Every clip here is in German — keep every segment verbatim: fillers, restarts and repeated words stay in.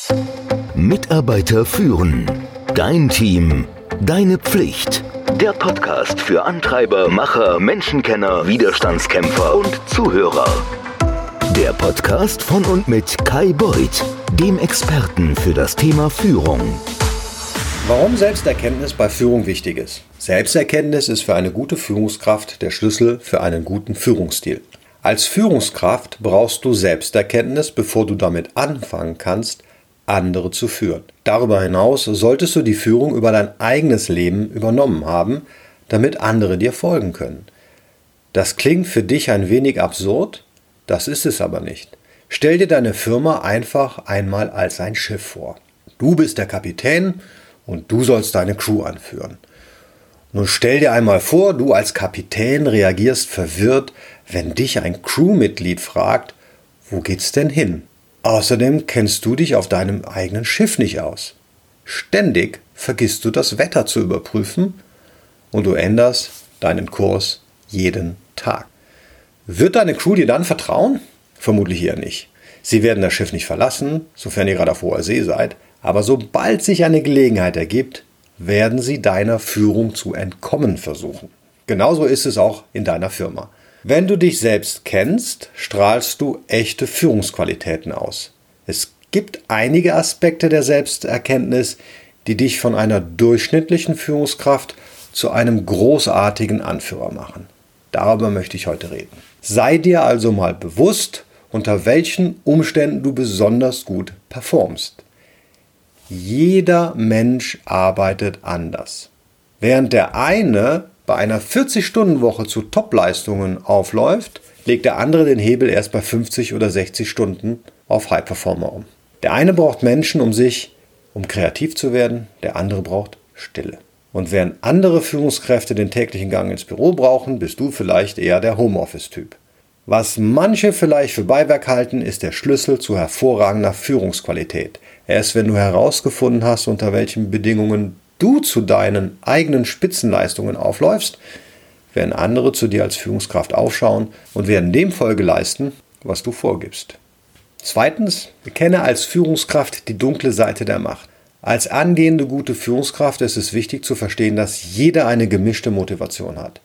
Mitarbeiter führen. Dein Team. Deine Pflicht. Der Podcast für Antreiber, Macher, Menschenkenner, Widerstandskämpfer und Zuhörer. Der Podcast von und mit Kai Beuth, dem Experten für das Thema Führung. Warum Selbsterkenntnis bei Führung wichtig ist. Selbsterkenntnis ist für eine gute Führungskraft der Schlüssel für einen guten Führungsstil. Als Führungskraft brauchst du Selbsterkenntnis, bevor du damit anfangen kannst, andere zu führen. Darüber hinaus solltest du die Führung über dein eigenes Leben übernommen haben, damit andere dir folgen können. Das klingt für dich ein wenig absurd, das ist es aber nicht. Stell dir deine Firma einfach einmal als ein Schiff vor. Du bist der Kapitän und du sollst deine Crew anführen. Nun stell dir einmal vor, du als Kapitän reagierst verwirrt, wenn dich ein Crewmitglied fragt, wo geht's denn hin? Außerdem kennst du dich auf deinem eigenen Schiff nicht aus. Ständig vergisst du das Wetter zu überprüfen und du änderst deinen Kurs jeden Tag. Wird deine Crew dir dann vertrauen? Vermutlich eher nicht. Sie werden das Schiff nicht verlassen, sofern ihr gerade auf hoher See seid, aber sobald sich eine Gelegenheit ergibt, werden sie deiner Führung zu entkommen versuchen. Genauso ist es auch in deiner Firma. Wenn du dich selbst kennst, strahlst du echte Führungsqualitäten aus. Es gibt einige Aspekte der Selbsterkenntnis, die dich von einer durchschnittlichen Führungskraft zu einem großartigen Anführer machen. Darüber möchte ich heute reden. Sei dir also mal bewusst, unter welchen Umständen du besonders gut performst. Jeder Mensch arbeitet anders. Während der eine bei einer vierzig-Stunden-Woche zu Top-Leistungen aufläuft, legt der andere den Hebel erst bei fünfzig oder sechzig Stunden auf High-Performer um. Der eine braucht Menschen um sich, um kreativ zu werden, der andere braucht Stille. Und während andere Führungskräfte den täglichen Gang ins Büro brauchen, bist du vielleicht eher der Homeoffice-Typ. Was manche vielleicht für Beiwerk halten, ist der Schlüssel zu hervorragender Führungsqualität. Erst wenn du herausgefunden hast, unter welchen Bedingungen du zu deinen eigenen Spitzenleistungen aufläufst, werden andere zu dir als Führungskraft aufschauen und werden dem Folge leisten, was du vorgibst. Zweitens, erkenne als Führungskraft die dunkle Seite der Macht. Als angehende gute Führungskraft ist es wichtig zu verstehen, dass jeder eine gemischte Motivation hat.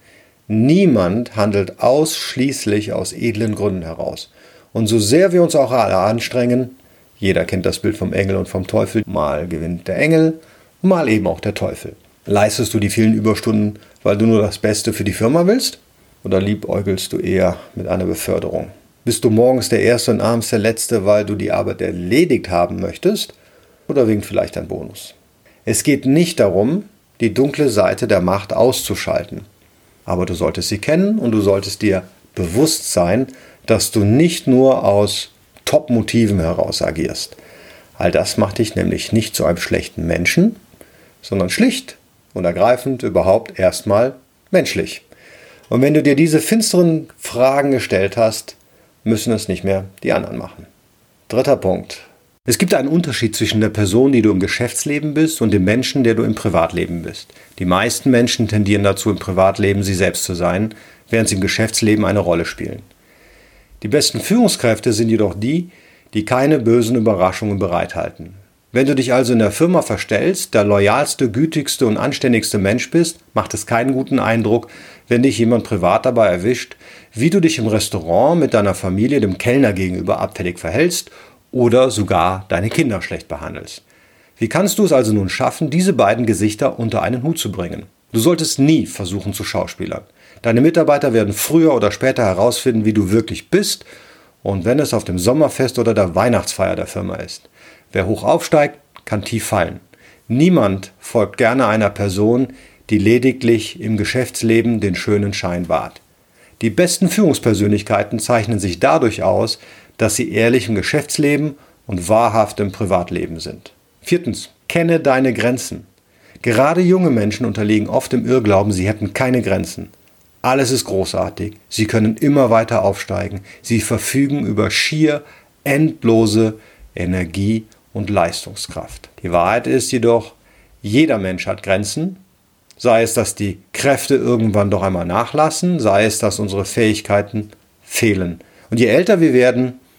Niemand handelt ausschließlich aus edlen Gründen heraus. Und so sehr wir uns auch alle anstrengen, jeder kennt das Bild vom Engel und vom Teufel, mal gewinnt der Engel, mal eben auch der Teufel. Leistest du die vielen Überstunden, weil du nur das Beste für die Firma willst? Oder liebäugelst du eher mit einer Beförderung? Bist du morgens der Erste und abends der Letzte, weil du die Arbeit erledigt haben möchtest? Oder winkt vielleicht ein Bonus? Es geht nicht darum, die dunkle Seite der Macht auszuschalten. Aber du solltest sie kennen und du solltest dir bewusst sein, dass du nicht nur aus Top-Motiven heraus agierst. All das macht dich nämlich nicht zu einem schlechten Menschen, sondern schlicht und ergreifend überhaupt erstmal menschlich. Und wenn du dir diese finsteren Fragen gestellt hast, müssen es nicht mehr die anderen machen. Dritter Punkt. Es gibt einen Unterschied zwischen der Person, die du im Geschäftsleben bist, und dem Menschen, der du im Privatleben bist. Die meisten Menschen tendieren dazu, im Privatleben sie selbst zu sein, während sie im Geschäftsleben eine Rolle spielen. Die besten Führungskräfte sind jedoch die, die keine bösen Überraschungen bereithalten. Wenn du dich also in der Firma verstellst, der loyalste, gütigste und anständigste Mensch bist, macht es keinen guten Eindruck, wenn dich jemand privat dabei erwischt, wie du dich im Restaurant mit deiner Familie dem Kellner gegenüber abfällig verhältst oder sogar deine Kinder schlecht behandelst. Wie kannst du es also nun schaffen, diese beiden Gesichter unter einen Hut zu bringen? Du solltest nie versuchen zu schauspielern. Deine Mitarbeiter werden früher oder später herausfinden, wie du wirklich bist, und wenn es auf dem Sommerfest oder der Weihnachtsfeier der Firma ist. Wer hoch aufsteigt, kann tief fallen. Niemand folgt gerne einer Person, die lediglich im Geschäftsleben den schönen Schein wahrt. Die besten Führungspersönlichkeiten zeichnen sich dadurch aus, dass sie ehrlich im Geschäftsleben und wahrhaft im Privatleben sind. Viertens, kenne deine Grenzen. Gerade junge Menschen unterliegen oft im Irrglauben, sie hätten keine Grenzen. Alles ist großartig, sie können immer weiter aufsteigen, sie verfügen über schier endlose Energie und Leistungskraft. Die Wahrheit ist jedoch, jeder Mensch hat Grenzen, sei es, dass die Kräfte irgendwann doch einmal nachlassen, sei es, dass unsere Fähigkeiten fehlen. Und je älter wir werden,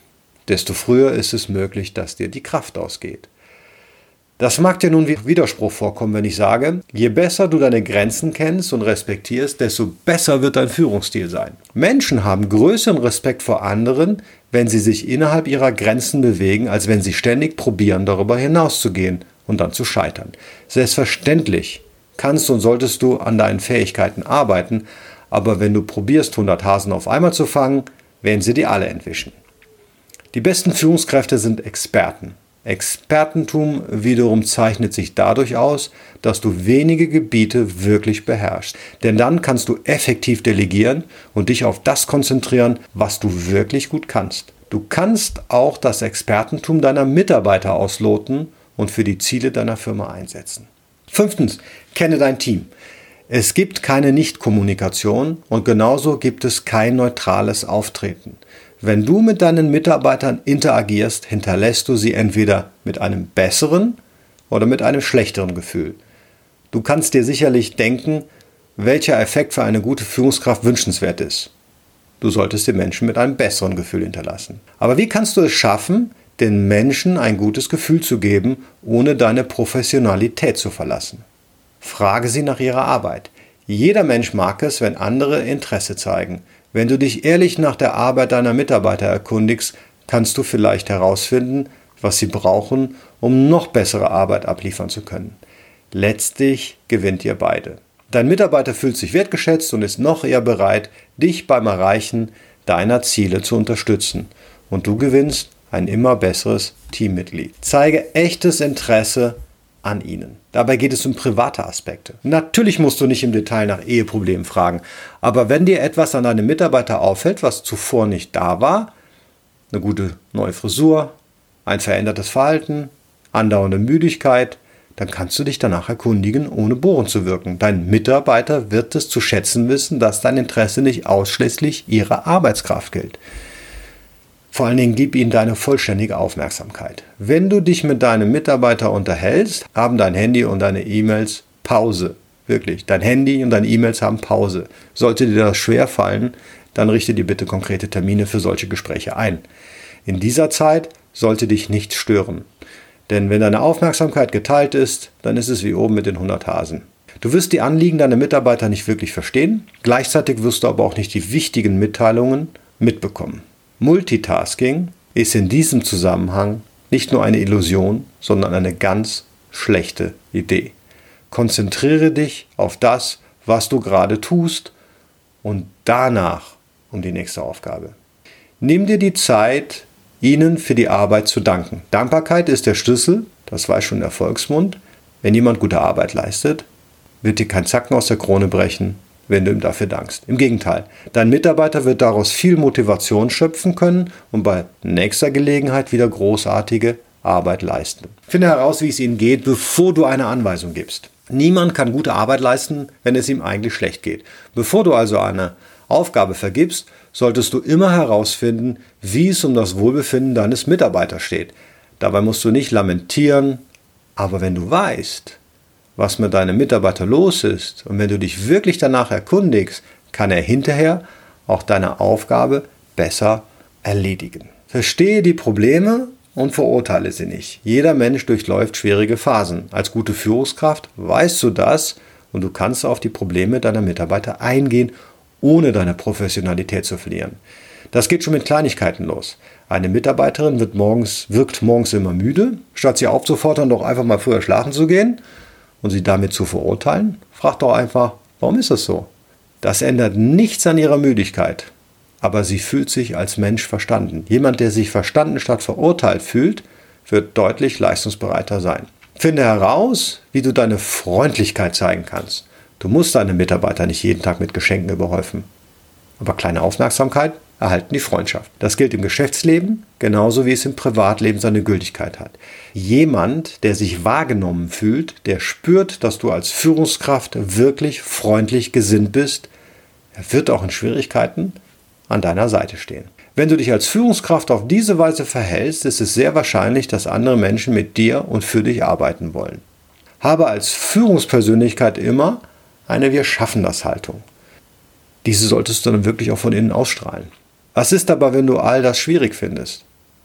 desto früher ist es möglich, dass dir die Kraft ausgeht. Das mag dir nun wie Widerspruch vorkommen, wenn ich sage, je besser du deine Grenzen kennst und respektierst, desto besser wird dein Führungsstil sein. Menschen haben größeren Respekt vor anderen, wenn sie sich innerhalb ihrer Grenzen bewegen, als wenn sie ständig probieren, darüber hinauszugehen und dann zu scheitern. Selbstverständlich kannst und solltest du an deinen Fähigkeiten arbeiten, aber wenn du probierst, hundert Hasen auf einmal zu fangen, werden sie dir alle entwischen. Die besten Führungskräfte sind Experten. Expertentum wiederum zeichnet sich dadurch aus, dass du wenige Gebiete wirklich beherrschst. Denn dann kannst du effektiv delegieren und dich auf das konzentrieren, was du wirklich gut kannst. Du kannst auch das Expertentum deiner Mitarbeiter ausloten und für die Ziele deiner Firma einsetzen. Fünftens, kenne dein Team. Es gibt keine Nichtkommunikation und genauso gibt es kein neutrales Auftreten. Wenn du mit deinen Mitarbeitern interagierst, hinterlässt du sie entweder mit einem besseren oder mit einem schlechteren Gefühl. Du kannst dir sicherlich denken, welcher Effekt für eine gute Führungskraft wünschenswert ist. Du solltest den Menschen mit einem besseren Gefühl hinterlassen. Aber wie kannst du es schaffen, den Menschen ein gutes Gefühl zu geben, ohne deine Professionalität zu verlassen? Frage sie nach ihrer Arbeit. Jeder Mensch mag es, wenn andere Interesse zeigen. Wenn du dich ehrlich nach der Arbeit deiner Mitarbeiter erkundigst, kannst du vielleicht herausfinden, was sie brauchen, um noch bessere Arbeit abliefern zu können. Letztlich gewinnt ihr beide. Dein Mitarbeiter fühlt sich wertgeschätzt und ist noch eher bereit, dich beim Erreichen deiner Ziele zu unterstützen. Und du gewinnst ein immer besseres Teammitglied. Zeige echtes Interesse an ihnen. Dabei geht es um private Aspekte. Natürlich musst du nicht im Detail nach Eheproblemen fragen, aber wenn dir etwas an deinem Mitarbeiter auffällt, was zuvor nicht da war, eine gute neue Frisur, ein verändertes Verhalten, andauernde Müdigkeit, dann kannst du dich danach erkundigen, ohne bohren zu wirken. Dein Mitarbeiter wird es zu schätzen wissen, dass dein Interesse nicht ausschließlich ihrer Arbeitskraft gilt. Vor allen Dingen gib ihnen deine vollständige Aufmerksamkeit. Wenn du dich mit deinem Mitarbeiter unterhältst, haben dein Handy und deine E-Mails Pause. Wirklich, dein Handy und deine E-Mails haben Pause. Sollte dir das schwerfallen, dann richte dir bitte konkrete Termine für solche Gespräche ein. In dieser Zeit sollte dich nichts stören. Denn wenn deine Aufmerksamkeit geteilt ist, dann ist es wie oben mit den hundert Hasen. Du wirst die Anliegen deiner Mitarbeiter nicht wirklich verstehen, gleichzeitig wirst du aber auch nicht die wichtigen Mitteilungen mitbekommen. Multitasking ist in diesem Zusammenhang nicht nur eine Illusion, sondern eine ganz schlechte Idee. Konzentriere dich auf das, was du gerade tust und danach um die nächste Aufgabe. Nimm dir die Zeit, ihnen für die Arbeit zu danken. Dankbarkeit ist der Schlüssel, das weiß schon der Volksmund. Wenn jemand gute Arbeit leistet, wird dir kein Zacken aus der Krone brechen, wenn du ihm dafür dankst. Im Gegenteil, dein Mitarbeiter wird daraus viel Motivation schöpfen können und bei nächster Gelegenheit wieder großartige Arbeit leisten. Finde heraus, wie es ihnen geht, bevor du eine Anweisung gibst. Niemand kann gute Arbeit leisten, wenn es ihm eigentlich schlecht geht. Bevor du also eine Aufgabe vergibst, solltest du immer herausfinden, wie es um das Wohlbefinden deines Mitarbeiters steht. Dabei musst du nicht lamentieren, aber wenn du weißt, was mit deinem Mitarbeiter los ist und wenn du dich wirklich danach erkundigst, kann er hinterher auch deine Aufgabe besser erledigen. Verstehe die Probleme und verurteile sie nicht. Jeder Mensch durchläuft schwierige Phasen. Als gute Führungskraft weißt du das und du kannst auf die Probleme deiner Mitarbeiter eingehen, ohne deine Professionalität zu verlieren. Das geht schon mit Kleinigkeiten los. Eine Mitarbeiterin wird morgens, wirkt morgens immer müde. Statt sie aufzufordern, doch einfach mal früher schlafen zu gehen und sie damit zu verurteilen, frag doch einfach, warum ist das so? Das ändert nichts an ihrer Müdigkeit, aber sie fühlt sich als Mensch verstanden. Jemand, der sich verstanden statt verurteilt fühlt, wird deutlich leistungsbereiter sein. Finde heraus, wie du deine Freundlichkeit zeigen kannst. Du musst deine Mitarbeiter nicht jeden Tag mit Geschenken überhäufen. Aber kleine Aufmerksamkeit erhalten die Freundschaft. Das gilt im Geschäftsleben genauso wie es im Privatleben seine Gültigkeit hat. Jemand, der sich wahrgenommen fühlt, der spürt, dass du als Führungskraft wirklich freundlich gesinnt bist, er wird auch in Schwierigkeiten an deiner Seite stehen. Wenn du dich als Führungskraft auf diese Weise verhältst, ist es sehr wahrscheinlich, dass andere Menschen mit dir und für dich arbeiten wollen. Habe als Führungspersönlichkeit immer eine Wir-schaffen-das-Haltung. Diese solltest du dann wirklich auch von innen ausstrahlen. Was ist aber, wenn du all das schwierig findest?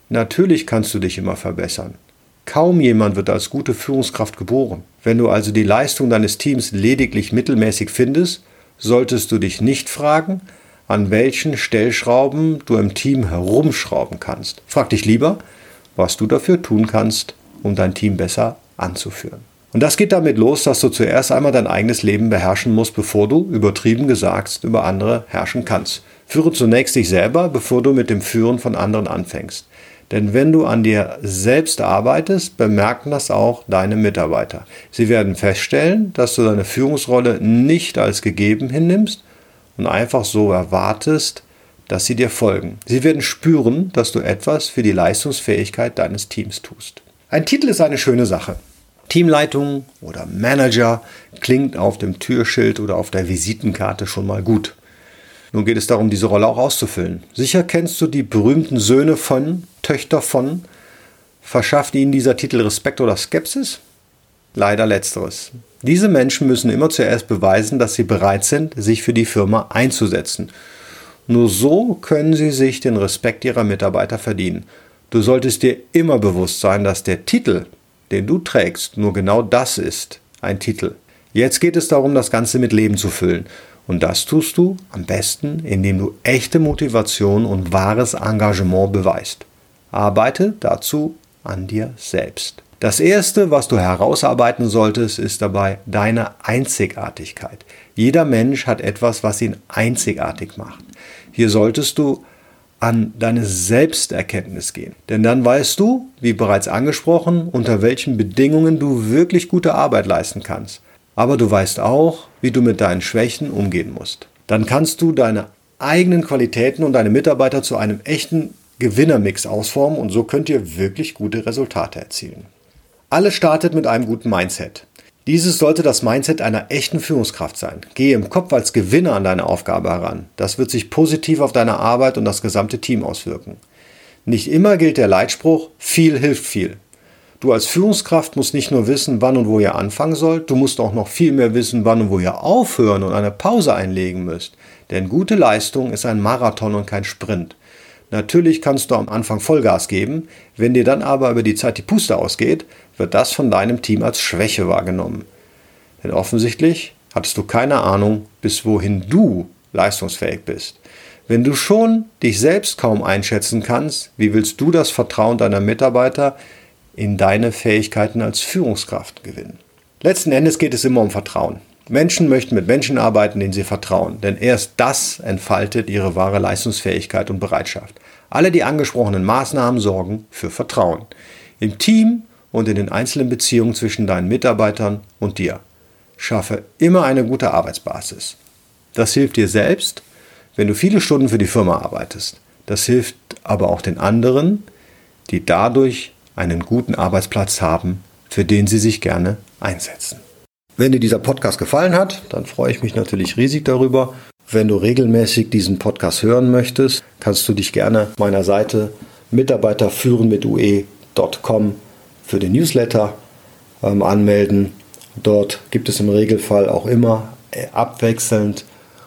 Natürlich kannst du dich immer verbessern. Kaum jemand wird als gute Führungskraft geboren. Wenn du also die Leistung deines Teams lediglich mittelmäßig findest, solltest du dich nicht fragen, an welchen Stellschrauben du im Team herumschrauben kannst. Frag dich lieber, was du dafür tun kannst, um dein Team besser anzuführen. Und das geht damit los, dass du zuerst einmal dein eigenes Leben beherrschen musst, bevor du, übertrieben gesagt, über andere herrschen kannst. Führe zunächst dich selber, bevor du mit dem Führen von anderen anfängst. Denn wenn du an dir selbst arbeitest, bemerken das auch deine Mitarbeiter. Sie werden feststellen, dass du deine Führungsrolle nicht als gegeben hinnimmst und einfach so erwartest, dass sie dir folgen. Sie werden spüren, dass du etwas für die Leistungsfähigkeit deines Teams tust. Ein Titel ist eine schöne Sache. Teamleitung oder Manager klingt auf dem Türschild oder auf der Visitenkarte schon mal gut. Nun geht es darum, diese Rolle auch auszufüllen. Sicher kennst du die berühmten Söhne von, Töchter von. Verschafft ihnen dieser Titel Respekt oder Skepsis? Leider letzteres. Diese Menschen müssen immer zuerst beweisen, dass sie bereit sind, sich für die Firma einzusetzen. Nur so können sie sich den Respekt ihrer Mitarbeiter verdienen. Du solltest dir immer bewusst sein, dass der Titel, den du trägst, nur genau das ist, ein Titel. Jetzt geht es darum, das Ganze mit Leben zu füllen. Und das tust du am besten, indem du echte Motivation und wahres Engagement beweist. Arbeite dazu an dir selbst. Das Erste, was du herausarbeiten solltest, ist dabei deine Einzigartigkeit. Jeder Mensch hat etwas, was ihn einzigartig macht. Hier solltest du an deine Selbsterkenntnis gehen. Denn dann weißt du, wie bereits angesprochen, unter welchen Bedingungen du wirklich gute Arbeit leisten kannst. Aber du weißt auch, wie du mit deinen Schwächen umgehen musst. Dann kannst du deine eigenen Qualitäten und deine Mitarbeiter zu einem echten Gewinnermix ausformen und so könnt ihr wirklich gute Resultate erzielen. Alles startet mit einem guten Mindset. Dieses sollte das Mindset einer echten Führungskraft sein. Gehe im Kopf als Gewinner an deine Aufgabe heran. Das wird sich positiv auf deine Arbeit und das gesamte Team auswirken. Nicht immer gilt der Leitspruch, viel hilft viel. Du als Führungskraft musst nicht nur wissen, wann und wo ihr anfangen sollt, du musst auch noch viel mehr wissen, wann und wo ihr aufhören und eine Pause einlegen müsst. Denn gute Leistung ist ein Marathon und kein Sprint. Natürlich kannst du am Anfang Vollgas geben, wenn dir dann aber über die Zeit die Puste ausgeht, wird das von deinem Team als Schwäche wahrgenommen. Denn offensichtlich hattest du keine Ahnung, bis wohin du leistungsfähig bist. Wenn du schon dich selbst kaum einschätzen kannst, wie willst du das Vertrauen deiner Mitarbeiter in deine Fähigkeiten als Führungskraft gewinnen? Letzten Endes geht es immer um Vertrauen. Menschen möchten mit Menschen arbeiten, denen sie vertrauen, denn erst das entfaltet ihre wahre Leistungsfähigkeit und Bereitschaft. Alle die angesprochenen Maßnahmen sorgen für Vertrauen. Im Team und in den einzelnen Beziehungen zwischen deinen Mitarbeitern und dir. Schaffe immer eine gute Arbeitsbasis. Das hilft dir selbst, wenn du viele Stunden für die Firma arbeitest. Das hilft aber auch den anderen, die dadurch einen guten Arbeitsplatz haben, für den sie sich gerne einsetzen. Wenn dir dieser Podcast gefallen hat, dann freue ich mich natürlich riesig darüber. Wenn du regelmäßig diesen Podcast hören möchtest, kannst du dich gerne meiner Seite mitarbeiterführen mit u e punkt com für den Newsletter ähm, anmelden. Dort gibt es im Regelfall auch immer äh, abwechselnd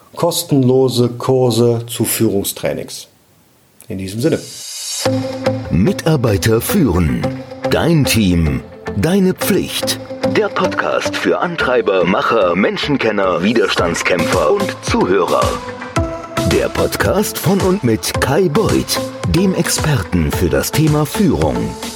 kostenlose Kurse zu Führungstrainings. In diesem Sinne. Mitarbeiter führen. Dein Team. Deine Pflicht. Der Podcast für Antreiber, Macher, Menschenkenner, Widerstandskämpfer und Zuhörer. Der Podcast von und mit Kai Beuth, dem Experten für das Thema Führung.